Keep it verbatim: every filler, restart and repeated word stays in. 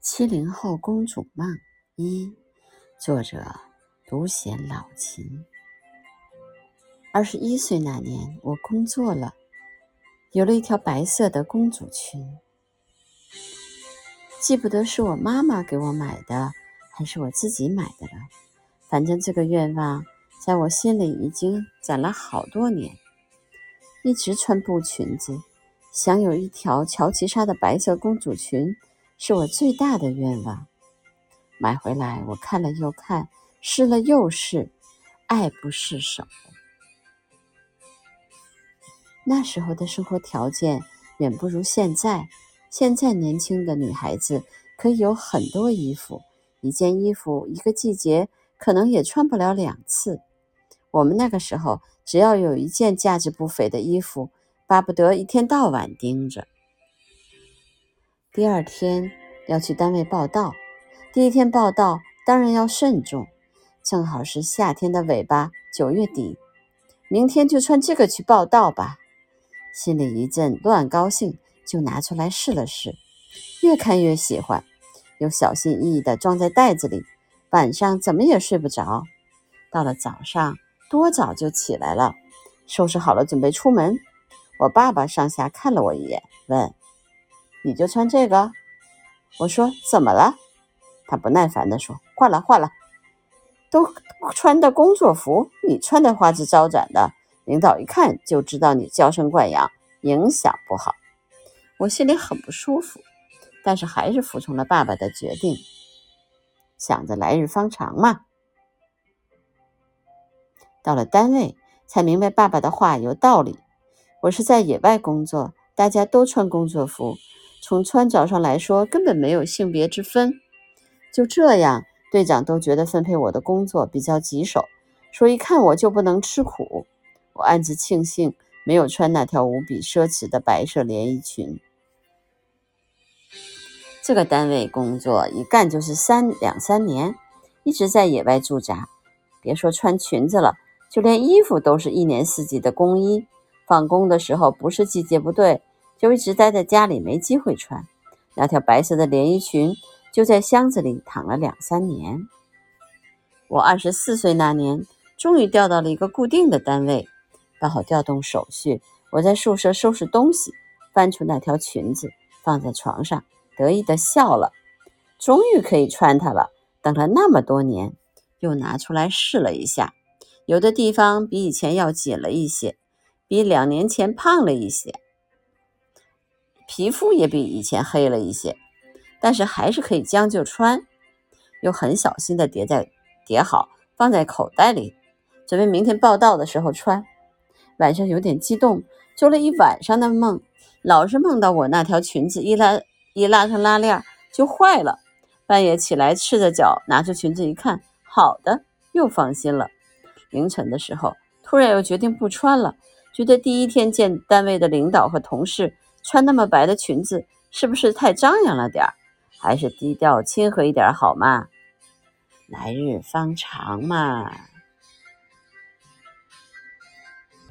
七零后公主梦一，作者独贤老秦。二十一岁那年，我工作了，有了一条白色的公主裙。记不得是我妈妈给我买的，还是我自己买的了。反正这个愿望在我心里已经攒了好多年，一直穿布裙子，想有一条乔其纱的白色公主裙，是我最大的愿望。买回来我看了又看，试了又试，爱不释手。那时候的生活条件远不如现在，现在年轻的女孩子可以有很多衣服，一件衣服一个季节可能也穿不了两次。我们那个时候只要有一件价值不菲的衣服，巴不得一天到晚盯着。第二天要去单位报到，第一天报到当然要慎重，正好是夏天的尾巴，九月底，明天就穿这个去报到吧。心里一阵乱高兴，就拿出来试了试，越看越喜欢，又小心翼翼地装在袋子里，晚上怎么也睡不着。到了早上，多早就起来了，收拾好了准备出门。我爸爸上下看了我一眼，问：你就穿这个？我说：怎么了？他不耐烦地说：换了换了，都穿的工作服，你穿的花枝招展的，领导一看就知道你娇生惯养，影响不好。我心里很不舒服，但是还是服从了爸爸的决定，想着来日方长嘛。到了单位才明白爸爸的话有道理，我是在野外工作，大家都穿工作服，从穿着上来说根本没有性别之分。就这样，队长都觉得分配我的工作比较棘手，说一看我就不能吃苦。我暗自庆幸没有穿那条无比奢侈的白色连衣裙。这个单位工作一干就是三两三年，一直在野外驻扎，别说穿裙子了，就连衣服都是一年四季的工衣。放工的时候不是季节不对，就一直待在家里没机会穿。那条白色的连衣裙就在箱子里躺了两三年。我二十四岁那年，终于调到了一个固定的单位，办好调动手续，我在宿舍收拾东西，翻出那条裙子放在床上，得意地笑了，终于可以穿它了。等了那么多年，又拿出来试了一下，有的地方比以前要紧了一些，比两年前胖了一些，皮肤也比以前黑了一些，但是还是可以将就穿，又很小心地叠在叠好，放在口袋里，准备明天报到的时候穿。晚上有点激动，做了一晚上的梦，老是梦到我那条裙子一拉一拉上拉链就坏了。半夜起来赤着脚拿出裙子一看，好的，又放心了。凌晨的时候突然又决定不穿了，觉得第一天见单位的领导和同事穿那么白的裙子是不是太张扬了点儿，还是低调亲和一点好嘛，来日方长嘛。